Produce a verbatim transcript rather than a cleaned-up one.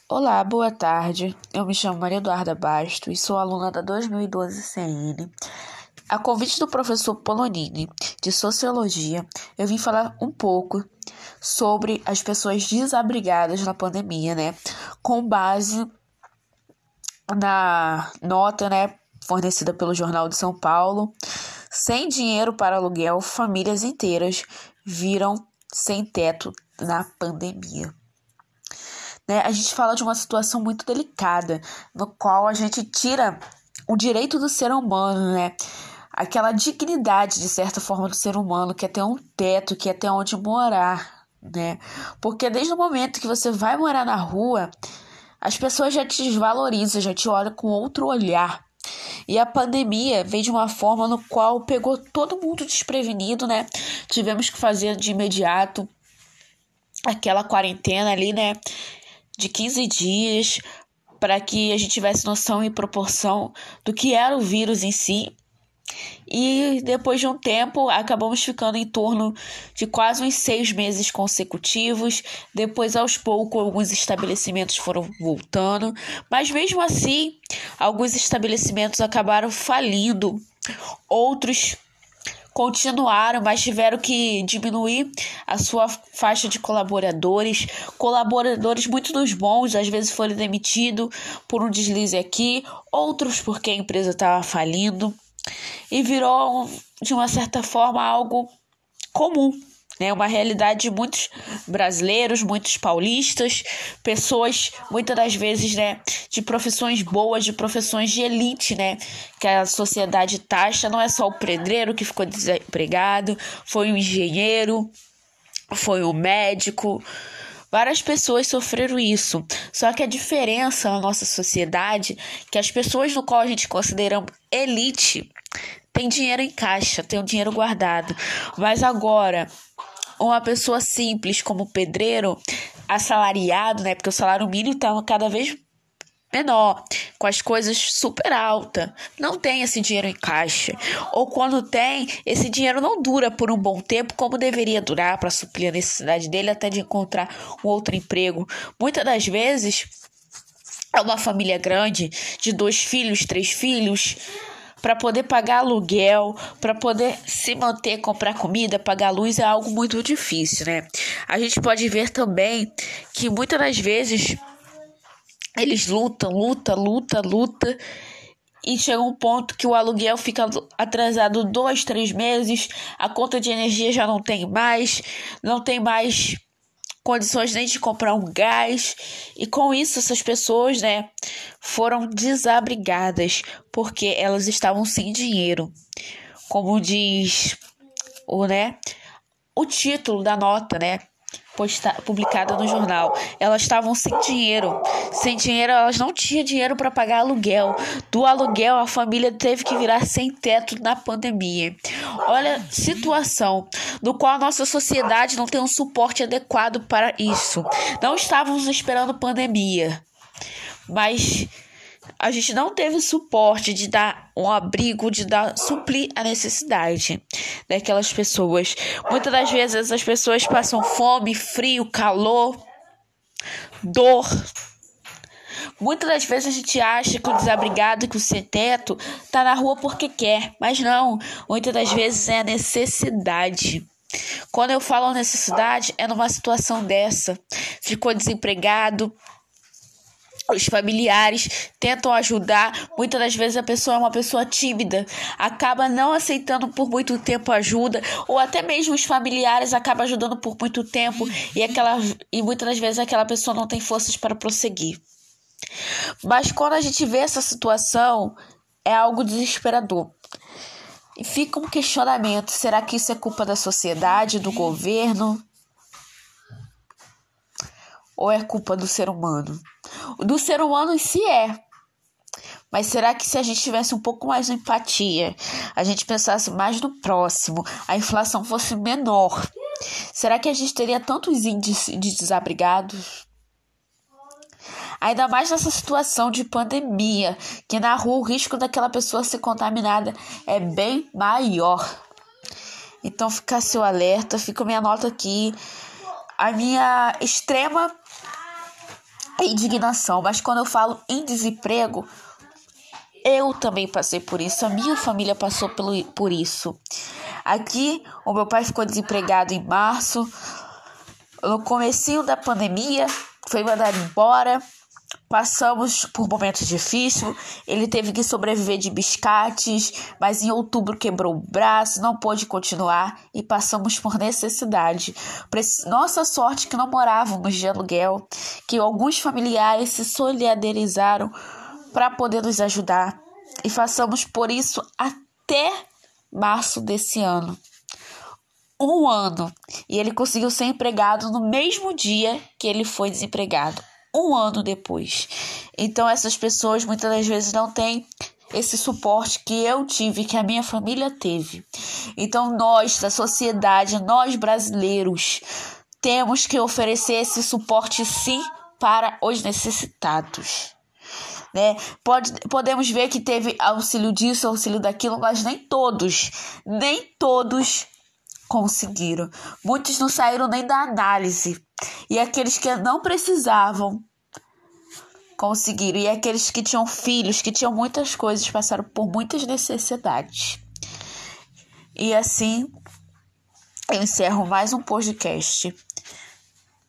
Olá, boa tarde. Eu me chamo Maria Eduarda Basto e sou aluna da dois mil e doze C N. A convite do professor Polonini, de Sociologia, eu vim falar um pouco sobre as pessoas desabrigadas na pandemia, né? Com base na nota, né, fornecida pelo Jornal de São Paulo. Sem dinheiro para aluguel, famílias inteiras viram sem teto na pandemia. Né? A gente fala de uma situação muito delicada, no qual a gente tira o direito do ser humano, né? Aquela dignidade, de certa forma, do ser humano, que é ter um teto, que é ter onde morar, né? Porque desde o momento que você vai morar na rua, as pessoas já te desvalorizam, já te olham com outro olhar. E a pandemia veio de uma forma no qual pegou todo mundo desprevenido, né? Tivemos que fazer de imediato aquela quarentena ali, né? De quinze dias, para que a gente tivesse noção e proporção do que era o vírus em si. E depois de um tempo, acabamos ficando em torno de quase uns seis meses consecutivos. Depois, aos poucos, alguns estabelecimentos foram voltando. Mas mesmo assim, alguns estabelecimentos acabaram falindo. Outros continuaram, mas tiveram que diminuir a sua faixa de colaboradores. Colaboradores, muitos dos bons, às vezes foram demitidos por um deslize aqui, outros porque a empresa estava falindo. E virou, de uma certa forma, algo comum, né? Uma realidade de muitos brasileiros, muitos paulistas, pessoas, muitas das vezes, né, de profissões boas, de profissões de elite, né, que a sociedade taxa. Não é só o pedreiro que ficou desempregado, foi o engenheiro, foi o médico. Várias pessoas sofreram isso. Só que a diferença na nossa sociedade é que as pessoas no qual a gente considera elite tem dinheiro em caixa, tem o dinheiro guardado. Mas agora, uma pessoa simples como pedreiro, assalariado, né? Porque o salário mínimo está cada vez menor, com as coisas super altas, não tem esse dinheiro em caixa. Ou quando tem, esse dinheiro não dura por um bom tempo como deveria durar para suprir a necessidade dele até de encontrar um outro emprego. Muitas das vezes, é uma família grande, de dois filhos, três filhos, para poder pagar aluguel, para poder se manter, comprar comida, pagar luz, é algo muito difícil, né? A gente pode ver também que muitas das vezes eles lutam, lutam, lutam, lutam, e chega um ponto que o aluguel fica atrasado dois, três meses, a conta de energia já não tem mais, não tem mais condições nem de comprar um gás. E com isso, essas pessoas, né, foram desabrigadas, porque elas estavam sem dinheiro. Como diz o, né, o título da nota, né, Posta, publicada no jornal, elas estavam sem dinheiro, sem dinheiro, elas não tinham dinheiro para pagar aluguel. Do aluguel, a família teve que virar sem teto na pandemia. Olha a situação no qual a nossa sociedade não tem um suporte adequado para isso. Não estávamos esperando pandemia, mas a gente não teve suporte de dar um abrigo, de dar, suprir a necessidade daquelas pessoas. Muitas das vezes essas pessoas passam fome, frio, calor, dor. Muitas das vezes a gente acha que o desabrigado, que o sem teto, tá na rua porque quer, mas não. Muitas das vezes é a necessidade. Quando eu falo necessidade, é numa situação dessa. Ficou desempregado, os familiares tentam ajudar, muitas das vezes a pessoa é uma pessoa tímida, acaba não aceitando por muito tempo ajuda, ou até mesmo os familiares acabam ajudando por muito tempo, e, aquela, e muitas das vezes aquela pessoa não tem forças para prosseguir. Mas quando a gente vê essa situação, é algo desesperador. E fica um questionamento, será que isso é culpa da sociedade, do governo? Ou é culpa do ser humano? Do ser humano em si é. Mas será que se a gente tivesse um pouco mais de empatia, a gente pensasse mais no próximo, a inflação fosse menor, será que a gente teria tantos índices de desabrigados? Ainda mais nessa situação de pandemia, que na rua o risco daquela pessoa ser contaminada é bem maior. Então fica seu alerta, fica minha nota aqui, a minha extrema a indignação. Mas quando eu falo em desemprego, eu também passei por isso, a minha família passou pelo, por isso. Aqui, o meu pai ficou desempregado em março, no comecinho da pandemia, foi mandado embora, passamos por momentos difíceis, ele teve que sobreviver de biscates, mas em outubro quebrou o braço, não pôde continuar e passamos por necessidade. Nossa sorte que não morávamos de aluguel, que alguns familiares se solidarizaram para poder nos ajudar e passamos por isso até março desse ano. Um ano. E ele conseguiu ser empregado no mesmo dia que ele foi desempregado. Um ano depois. Então essas pessoas muitas das vezes não têm esse suporte que eu tive, que a minha família teve. Então nós, da sociedade, nós brasileiros, temos que oferecer esse suporte sim para os necessitados. Né? Pode, podemos ver que teve auxílio disso, auxílio daquilo, mas nem todos, nem todos conseguiram. Muitos não saíram nem da análise. E aqueles que não precisavam conseguiram. E aqueles que tinham filhos, que tinham muitas coisas, passaram por muitas necessidades. E assim, eu encerro mais um podcast.